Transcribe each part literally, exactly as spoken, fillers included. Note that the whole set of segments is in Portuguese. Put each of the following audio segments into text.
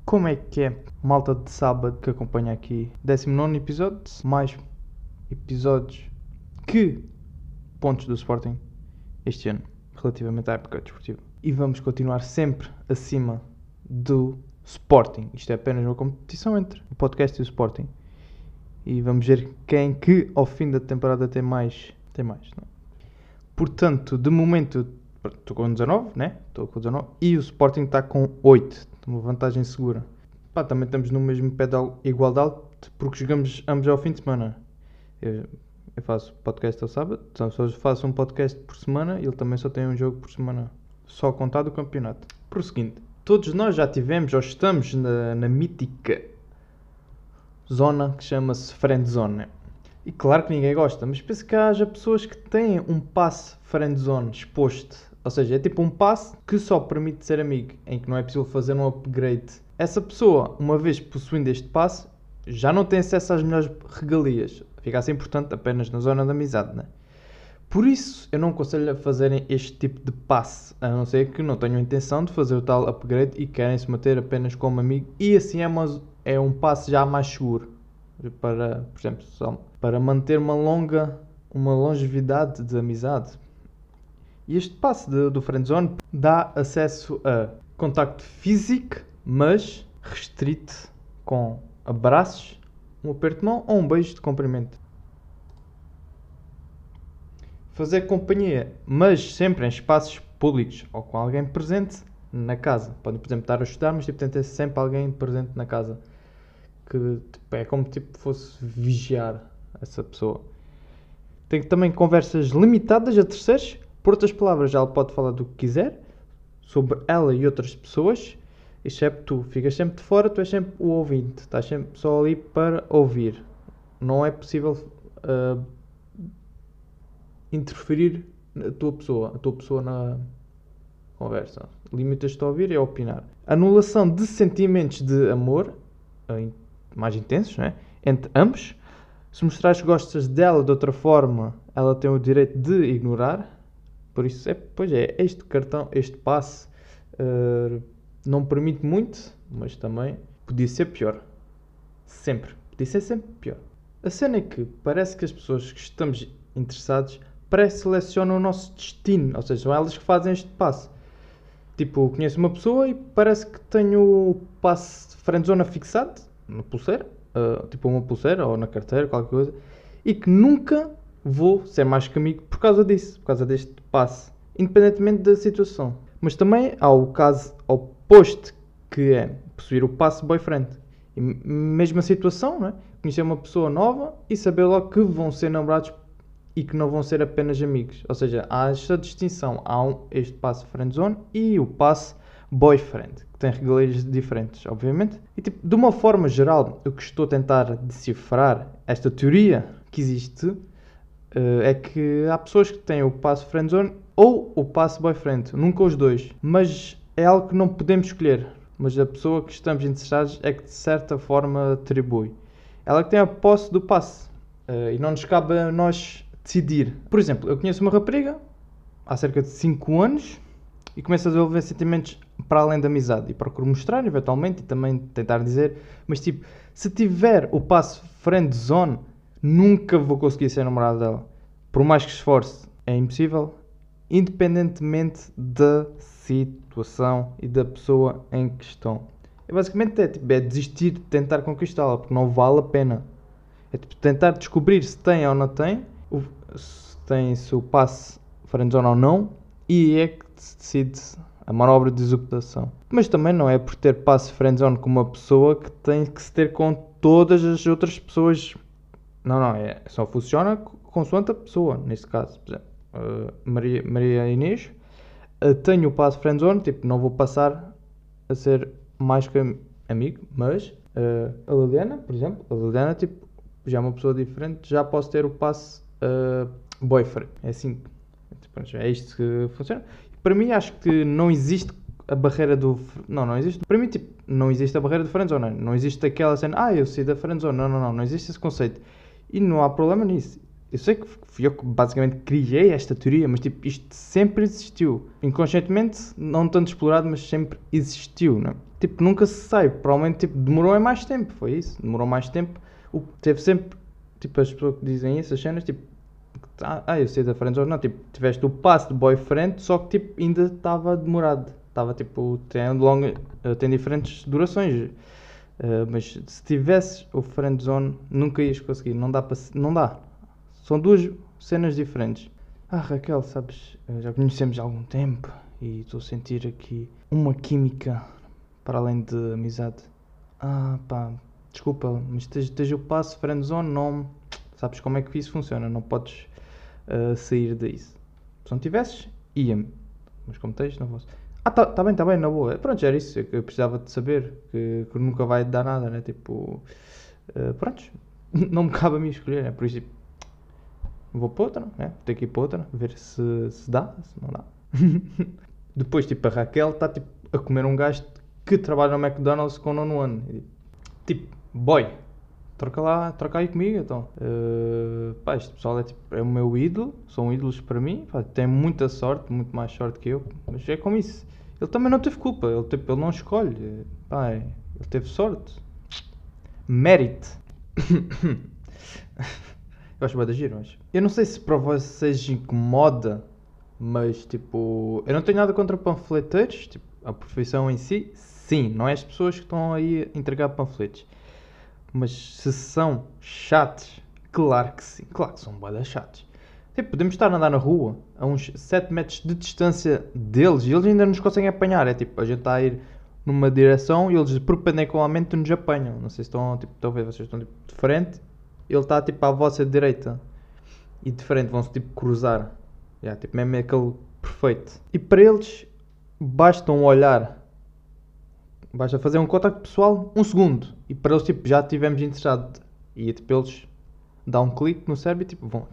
Como é que é, malta de sábado que acompanha aqui décimo nono episódio, mais episódios que pontos do Sporting este ano, relativamente à época desportiva. E vamos continuar sempre acima do Sporting. Isto é apenas uma competição entre o podcast e o Sporting. E vamos ver quem que ao fim da temporada tem mais. Tem mais, não? Portanto, de momento estou com dezanove, né? Estou com dezanove e o Sporting está com oito. Uma vantagem segura. Pá, também estamos no mesmo pé de igualdade porque jogamos ambos ao fim de semana. Eu, eu faço podcast ao sábado, então só faço um podcast por semana e ele também só tem um jogo por semana. Só contar do campeonato. Prosseguindo, todos nós já tivemos ou estamos na, na mítica zona que chama-se friend zone. E claro que ninguém gosta, mas penso que haja pessoas que têm um passe friend zone exposto. Ou seja, é tipo um passe que só permite ser amigo, em que não é possível fazer um upgrade. Essa pessoa, uma vez possuindo este passe, já não tem acesso às melhores regalias. Fica assim, portanto, apenas na zona da amizade, né? Por isso, eu não aconselho a fazerem este tipo de passe, a não ser que não tenham a intenção de fazer o tal upgrade e querem se manter apenas como amigo. E assim é, uma, é um passe já mais seguro, para, por exemplo, só para manter uma longa, uma longevidade de amizade. E este passe de, do friendzone dá acesso a contacto físico, mas restrito com abraços, um aperto de mão ou um beijo de cumprimento. Fazer companhia, mas sempre em espaços públicos ou com alguém presente na casa. Podem, por exemplo, estar a estudar, mas tipo, tem que ter sempre alguém presente na casa. Que tipo, é como tipo fosse vigiar essa pessoa. Tem também conversas limitadas a terceiros. Por outras palavras, ela pode falar do que quiser sobre ela e outras pessoas, exceto tu. Ficas sempre de fora, tu és sempre o ouvinte. Estás sempre só ali para ouvir. Não é possível uh, interferir na tua pessoa, a tua pessoa na conversa. Limitas-te a ouvir e a opinar. Anulação de sentimentos de amor, uh, mais intensos, né? Entre ambos. Se mostrares que gostas dela de outra forma, ela tem o direito de ignorar. Por isso, é, pois é, este cartão, este passe uh, não permite muito, mas também podia ser pior. Sempre. Podia ser sempre pior. A cena é que parece que as pessoas que estamos interessados pré-selecionam o nosso destino. Ou seja, são elas que fazem este passe. Tipo, conheço uma pessoa e parece que tenho o passe de friendzone fixado na pulseira. Uh, tipo uma pulseira ou na carteira, qualquer coisa. E que nunca vou ser mais que amigo por causa disso, por causa deste passe, independentemente da situação. Mas também há o caso oposto, que é possuir o passe boyfriend. E mesma situação, não é? Conhecer uma pessoa nova e saber logo que vão ser namorados e que não vão ser apenas amigos. Ou seja, há esta distinção. Há um, este passe friendzone e o passe boyfriend, que tem regalias diferentes, obviamente. E tipo, de uma forma geral, o que estou a tentar decifrar, esta teoria que existe, Uh, é que há pessoas que têm o passe friendzone ou o passe boyfriend, nunca os dois, mas é algo que não podemos escolher, mas a pessoa que estamos interessados é que de certa forma atribui. Ela que tem a posse do passe uh, e não nos cabe a nós decidir. Por exemplo, eu conheço uma rapariga há cerca de cinco anos e começo a desenvolver sentimentos para além da amizade e procuro mostrar eventualmente e também tentar dizer, mas tipo, se tiver o passe friendzone, nunca vou conseguir ser namorado dela. Por mais que esforce, é impossível, independentemente da situação e da pessoa em questão. É basicamente é, tipo, é desistir de tentar conquistá-la, porque não vale a pena. É tipo, tentar descobrir se tem ou não tem, se tem se o passe friendzone ou não, e é que se decide a manobra de executação. Mas também não é por ter passe friendzone com uma pessoa que tem que se ter com todas as outras pessoas. Não, não, é, só funciona consoante a pessoa, neste caso. Por exemplo, uh, Maria, Maria Inês, uh, tenho o passo friendzone, tipo, não vou passar a ser mais que amigo, mas uh, a Liliana, por exemplo, a Liliana, tipo, já é uma pessoa diferente, já posso ter o passo uh, boyfriend. É assim, tipo, é isto que funciona. E para mim, acho que não existe a barreira do... Não, não existe. Para mim, tipo, não existe a barreira do friendzone. Não, não existe aquela cena, ah, eu sei da friendzone. Não, não, não, não existe esse conceito. E não há problema nisso. Eu sei que fui eu que basicamente criei esta teoria, mas tipo, isto sempre existiu. Inconscientemente, não tanto explorado, mas sempre existiu, não é? Tipo, nunca se sabe. Provavelmente tipo, demorou é mais tempo, foi isso. Demorou mais tempo. O, teve sempre, tipo, as pessoas que dizem isso, as cenas, tipo, ah, ah, eu sei da friendzone, não, tipo, tiveste o passo de boyfriend, só que tipo, ainda estava demorado. Estava tipo, tem, longa, tem diferentes durações. Uh, mas se tivesses o friendzone, nunca ias conseguir. Não dá para. Não dá. São duas cenas diferentes. Ah, Raquel, sabes, já conhecemos há algum tempo e estou a sentir aqui uma química para além de amizade. Ah, pá, desculpa, mas tens, tens o passo friendzone, não. Sabes como é que isso funciona? Não podes uh, sair disso. Se não tivesses, ia-me. Mas como tens, não posso. Ah, tá, tá bem, tá bem, na boa. Pronto, já era isso que eu precisava de saber. Que, que nunca vai dar nada, né? Tipo, uh, pronto, não me cabe a mim escolher, né? Por isso, tipo, vou para outra, né? Vou ter que ir para outra, ver se, se dá, se não dá. Depois, tipo, a Raquel está tipo, a comer um gajo que trabalha no McDonald's com o nono ano. E, tipo, boy, troca lá, troca aí comigo, então. Uh, pá, este pessoal é, tipo, é o meu ídolo, são ídolos para mim, pá, tem muita sorte, muito mais sorte que eu, mas é como isso. Ele também não teve culpa, ele, tipo, ele não escolhe, pá, ele teve sorte. Mérito. Eu acho bem de giro, mas... Eu não sei se para vocês incomoda, mas tipo... Eu não tenho nada contra panfleteiros, tipo, a profissão em si, sim, não é as pessoas que estão aí a entregar panfletos. Mas se são chatos, claro que sim, claro que são bem chatos. Tipo, podemos estar a andar na rua, a uns sete metros de distância deles, e eles ainda nos conseguem apanhar. É tipo, a gente está a ir numa direção e eles perpendicularmente nos apanham. Não sei se estão, tipo, estão a ver, vocês estão tipo, de frente, ele está tipo à vossa direita e de frente vão-se tipo cruzar. Yeah, tipo, mesmo é aquele perfeito. E para eles basta um olhar, basta fazer um contacto pessoal, um segundo, e para eles tipo, já estivemos interessados. E tipo, eles dão um clique no cérebro e tipo, vão,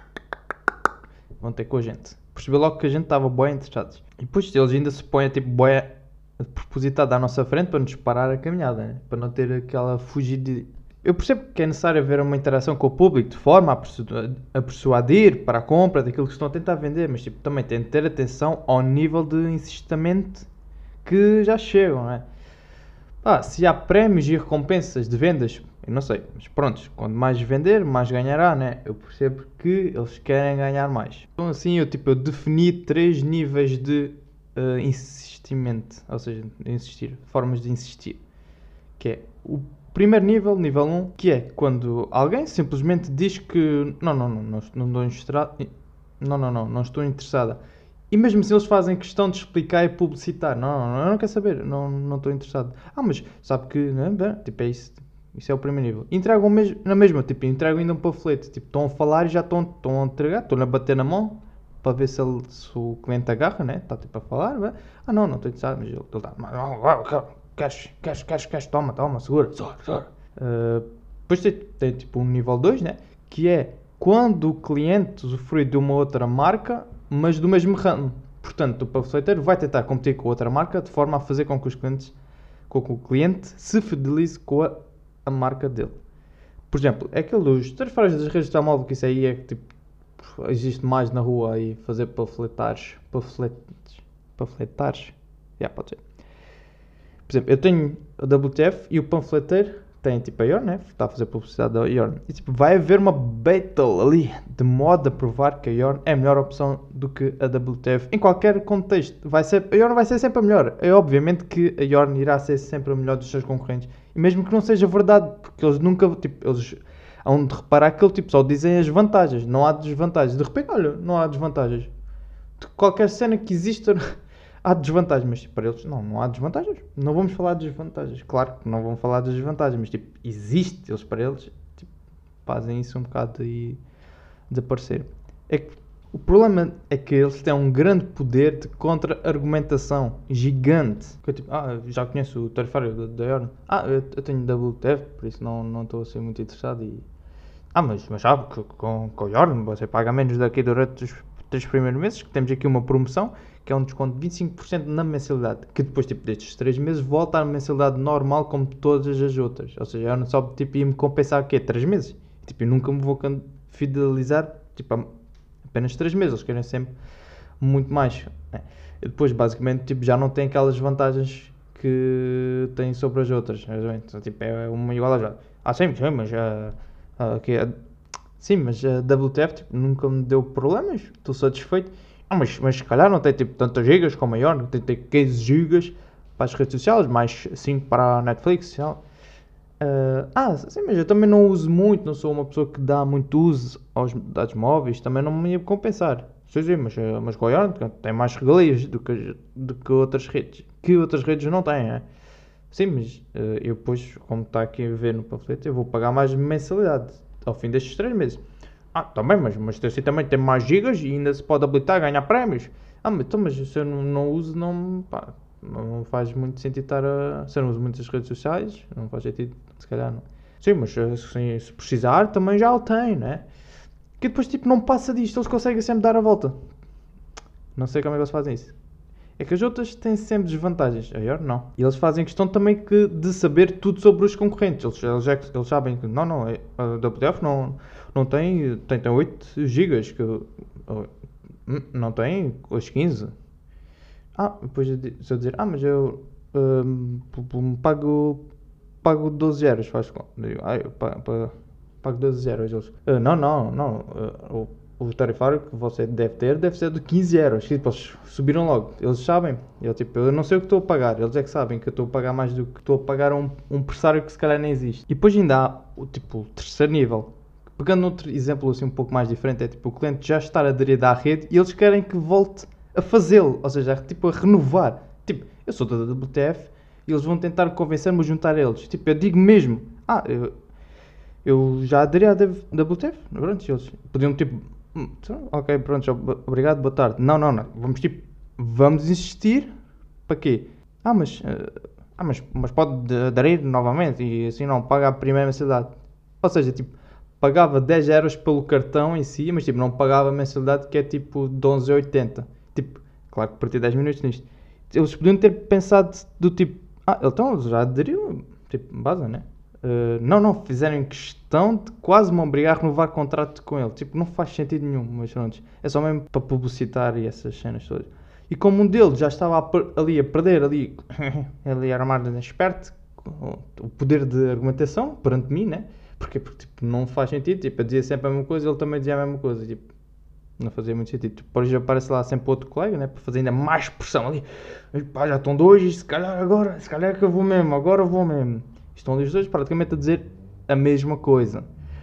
vão ter com a gente. Percebeu logo que a gente estava bem interessados. E depois eles ainda se põem tipo, bem propositado à nossa frente para nos parar a caminhada, né? Para não ter aquela fugida. Eu percebo que é necessário haver uma interação com o público de forma a, persu a persuadir para a compra daquilo que estão a tentar vender, mas tipo, também tem de ter atenção ao nível de insistimento que já chegam, não é? Ah, se há prémios e recompensas de vendas, eu não sei, mas pronto, quanto mais vender, mais ganhará, né? Eu percebo que eles querem ganhar mais. Então assim, eu, tipo, eu defini três níveis de uh, insistimento, ou seja, insistir, formas de insistir, que é o primeiro nível, nível um, que é quando alguém simplesmente diz que não, não, não, não, não estou interessado, não, não, não, não estou interessada. E mesmo se eles fazem questão de explicar e publicitar, não, não, não, eu não quero saber, não, não estou interessado. Ah, mas sabe que, não é? Tipo, é isso, isso é o primeiro nível. Entregam mesmo, na mesma, tipo, entregam ainda um panfleto, tipo, estão a falar e já estão, estão a entregar, estão a bater na mão para ver se, ele, se o cliente agarra, né? Está tipo a falar, né? Ah, não, não estou interessado, mas ele está, queres, queres, queres, queres, toma, toma, segura, segura, segura. Uh, depois tem, tem tipo um nível dois, né? Que é quando o cliente usufrui de uma outra marca, mas do mesmo ramo. Portanto, o panfleteiro vai tentar competir com outra marca de forma a fazer com que os clientes, com que o cliente se fidelize com a, a marca dele. Por exemplo, é aquele dos tarifários das redes de telemóvel, que isso aí é que tipo, existe mais na rua aí, fazer panfletares, panfletes, panfletares, já yeah, pode ser. Por exemplo, eu tenho a W T F e o panfleteiro tem tipo a Yorn, né? Está a fazer publicidade da Yorn. E tipo, vai haver uma battle ali de modo a provar que a Yorn é a melhor opção do que a W T F. Em qualquer contexto, vai ser, a Yorn vai ser sempre a melhor. É obviamente que a Yorn irá ser sempre a melhor dos seus concorrentes. E mesmo que não seja verdade, porque eles nunca, tipo, eles hão de reparar que eles tipo, só dizem as vantagens, não há desvantagens. De repente, olha, não há desvantagens. De qualquer cena que exista... Há desvantagens, mas tipo, para eles não, não há desvantagens. Não vamos falar de desvantagens. Claro que não vão falar de desvantagens, mas tipo, existe. Eles para eles tipo, fazem isso um bocado e desaparecer. É que o problema é que eles têm um grande poder de contra-argumentação gigante. Que eu, tipo, ah, já conheço o tarifário da Yorn. Ah, eu, eu tenho W T F, por isso não, não estou a ser muito interessado. E... Ah, mas, mas sabe que com, com a Yorn você paga menos daqui durante os três primeiros meses, que temos aqui uma promoção que é um desconto de vinte e cinco por cento na mensalidade, que depois tipo, destes três meses volta à mensalidade normal como todas as outras. Ou seja, eu não só tipo, ia-me compensar o quê? três meses? Tipo, eu nunca me vou fidelizar, tipo, há apenas três meses, eles querem sempre muito mais, né? E depois, basicamente, tipo, já não tem aquelas vantagens que têm sobre as outras, então, tipo, é uma igual às outras. Ah, sim, sim, mas a, a, que a- sim, mas a W T F tipo, nunca me deu problemas, estou satisfeito. Ah, mas, mas se calhar não tem tipo tantas gigas como a maior, tem, tem quinze gigas para as redes sociais, mais cinco para a Netflix e tal. Ah, ah, sim, mas eu também não uso muito, não sou uma pessoa que dá muito uso aos dados móveis, também não me ia compensar. Sim, sim, mas, eh, mas com a Ion tem mais regalias do que, do que outras redes, que outras redes não têm, né? Sim, mas eh, eu depois, como está aqui a ver no panfleto, eu vou pagar mais mensalidade ao fim destes três meses. Ah, também, mas, mas assim também tem mais gigas e ainda se pode habilitar a ganhar prémios. Ah, mas, então, mas se eu não, não uso, não, pá, não faz muito sentido estar a... Se eu não uso muitas redes sociais, não faz sentido, se calhar não. Sim, mas assim, se precisar, também já o tem, né? Que depois, tipo, não passa disto, eles conseguem sempre dar a volta. Não sei como é que eles fazem isso. É que as outras têm sempre desvantagens, a Ior não. E eles fazem questão também que de saber tudo sobre os concorrentes. Eles, eles, é que- eles sabem que, não, não, é- a W F não, não tem, tem, tem oito gigas, que, oh, hum, não tem os quinze. Ah, depois eu di- se eu dizer, ah, mas eu hum, p- p- pago, pago doze euros, faz conta. Eu digo, ah, eu pa- pa- pago doze euros. Eles, "Ah, não, não, não, ah, o, o tarifário que você deve ter deve ser de quinze euros. E depois subiram logo, eles sabem. Eu, tipo, eu não sei o que estou a pagar, eles é que sabem que eu estou a pagar mais do que estou a pagar a um, um pressário que se calhar nem existe. E depois ainda há o tipo, o terceiro nível. Pegando outro exemplo assim um pouco mais diferente, é tipo o cliente já estar aderido à rede e eles querem que volte a fazê-lo, ou seja, tipo a renovar. Tipo, eu sou da W T F e eles vão tentar convencer-me a juntar a eles. Tipo, eu digo mesmo, ah, eu, eu já aderi à W T F, pronto, eles podiam tipo, "Hum, então, ok, pronto, ob- obrigado, boa tarde. Não, não, não, vamos tipo, vamos insistir, para quê? Ah, mas, eh, ah, mas, mas pode aderir novamente e assim não paga a primeira mensalidade. Ou seja, tipo, pagava dez euros pelo cartão em si, mas tipo, não pagava a mensalidade que é tipo de onze e oitenta. Tipo, claro que perdi dez minutos nisto. Eles podiam ter pensado do tipo, ah, então já aderiu, tipo, base, né? Uh, não, não, fizeram questão de quase me obrigar a renovar contrato com ele. Tipo, não faz sentido nenhum, mas pronto. É só mesmo para publicitar e essas cenas todas. E como um deles já estava a per- ali a perder, ali, ali a armar esperto, o poder de argumentação perante mim, né? Porque, porque tipo, não faz sentido. Tipo, eu dizia sempre a mesma coisa, ele também dizia a mesma coisa. Tipo, não fazia muito sentido. Depois aparece lá sempre outro colega, né? Para fazer ainda mais pressão ali. Pá, já estão dois, se calhar agora, se calhar que eu vou mesmo, agora eu vou mesmo. Estão ali os dois praticamente a dizer a mesma coisa.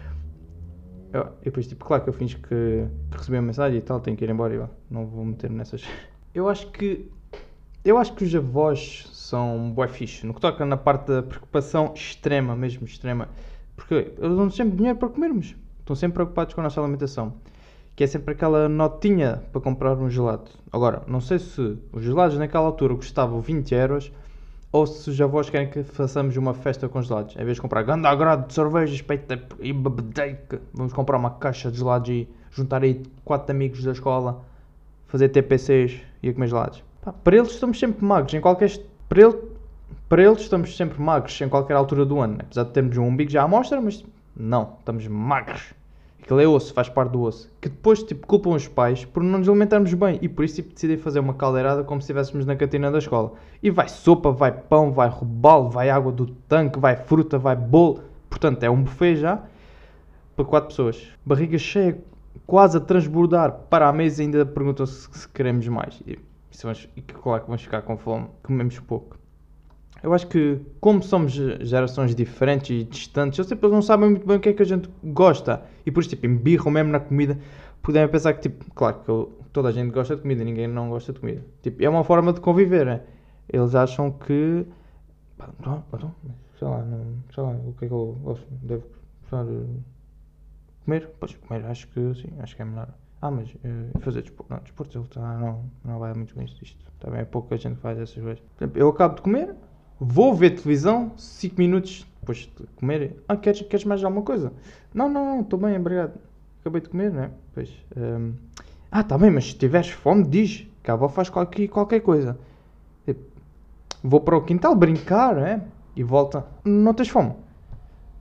Eu, e depois, tipo, claro que eu finjo que, que recebi a mensagem e tal, tenho que ir embora e eu não vou meter nessas. Eu acho que. Eu acho que os avós são bué fixe, no que toca na parte da preocupação extrema, mesmo extrema. Porque eles dão sempre dinheiro para comermos. Estão sempre preocupados com a nossa alimentação. Que é sempre aquela notinha para comprar um gelado. Agora, não sei se os gelados naquela altura custavam vinte euros ou se os avós querem que façamos uma festa com gelados. Em vez de comprar grande agrado de cervejas, peita e bebedeca, vamos comprar uma caixa de gelados e juntar aí quatro amigos da escola, fazer T P Cs e a comer gelados. Pá, para eles estamos sempre magros, em qualquer... Para, ele... para eles estamos sempre magros em qualquer altura do ano. Apesar de termos um umbigo já à mostra, mas não, estamos magros. Aquilo é osso, faz parte do osso. Que depois, tipo, culpam os pais por não nos alimentarmos bem. E por isso, tipo, decidem fazer uma caldeirada como se estivéssemos na cantina da escola. E vai sopa, vai pão, vai robalo, vai água do tanque, vai fruta, vai bolo. Portanto, é um buffet já para quatro pessoas. Barriga cheia, quase a transbordar. Para a mesa ainda perguntam-se se queremos mais. E, e claro que vamos ficar com fome. Comemos pouco. Eu acho que, como somos gerações diferentes e distantes, eles tipo, não sabem muito bem o que é que a gente gosta. E por isso, tipo, embirram mesmo na comida. Podem pensar que, tipo, claro que toda a gente gosta de comida, ninguém não gosta de comida. Tipo, é uma forma de conviver, né? Eles acham que... Não, não, sei lá, não, sei lá, o que é que eu gosto? Devo gostar de comer? Pois, comer, acho que sim, acho que é melhor. Ah, mas uh, fazer desporto? Não, desporto, ele tá, não, não vai muito com isto. isto. Também é pouca gente que faz essas coisas. Por exemplo, eu acabo de comer... Vou ver televisão, cinco minutos depois de comer. Ah, queres, queres mais alguma coisa? Não, não, não, estou bem, obrigado. Acabei de comer, não é? Pois, um... Ah, está bem, mas se tiveres fome, diz que a avó faz qualquer, qualquer coisa. Tipo, vou para o quintal brincar, não é? E volta. Não tens fome?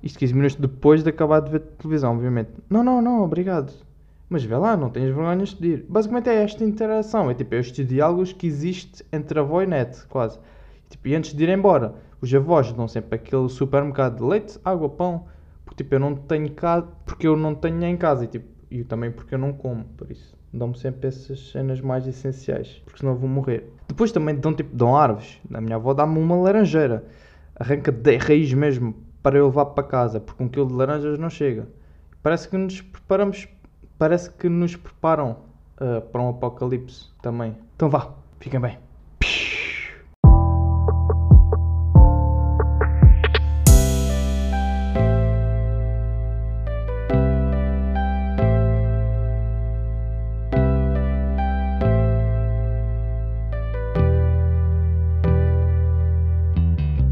Isto quinze minutos depois de acabar de ver televisão, obviamente. Não, não, não, obrigado. Mas vê lá, não tens vergonha de pedir. Basicamente é esta interação, é tipo é estes diálogos que existe entre avó e neto, quase. Tipo, e antes de ir embora, os avós dão sempre aquele supermercado de leite, água, pão, porque tipo eu não tenho casa, porque eu não tenho em casa e tipo, e também porque eu não como, por isso. Dão-me sempre essas cenas mais essenciais, porque senão eu vou morrer. Depois também dão tipo, dão árvores. A minha avó dá-me uma laranjeira. Arranca de raiz mesmo para eu levar para casa, porque um quilo de laranjas não chega. Parece que nos preparamos, parece que nos preparam uh, para um apocalipse também. Então vá, fiquem bem.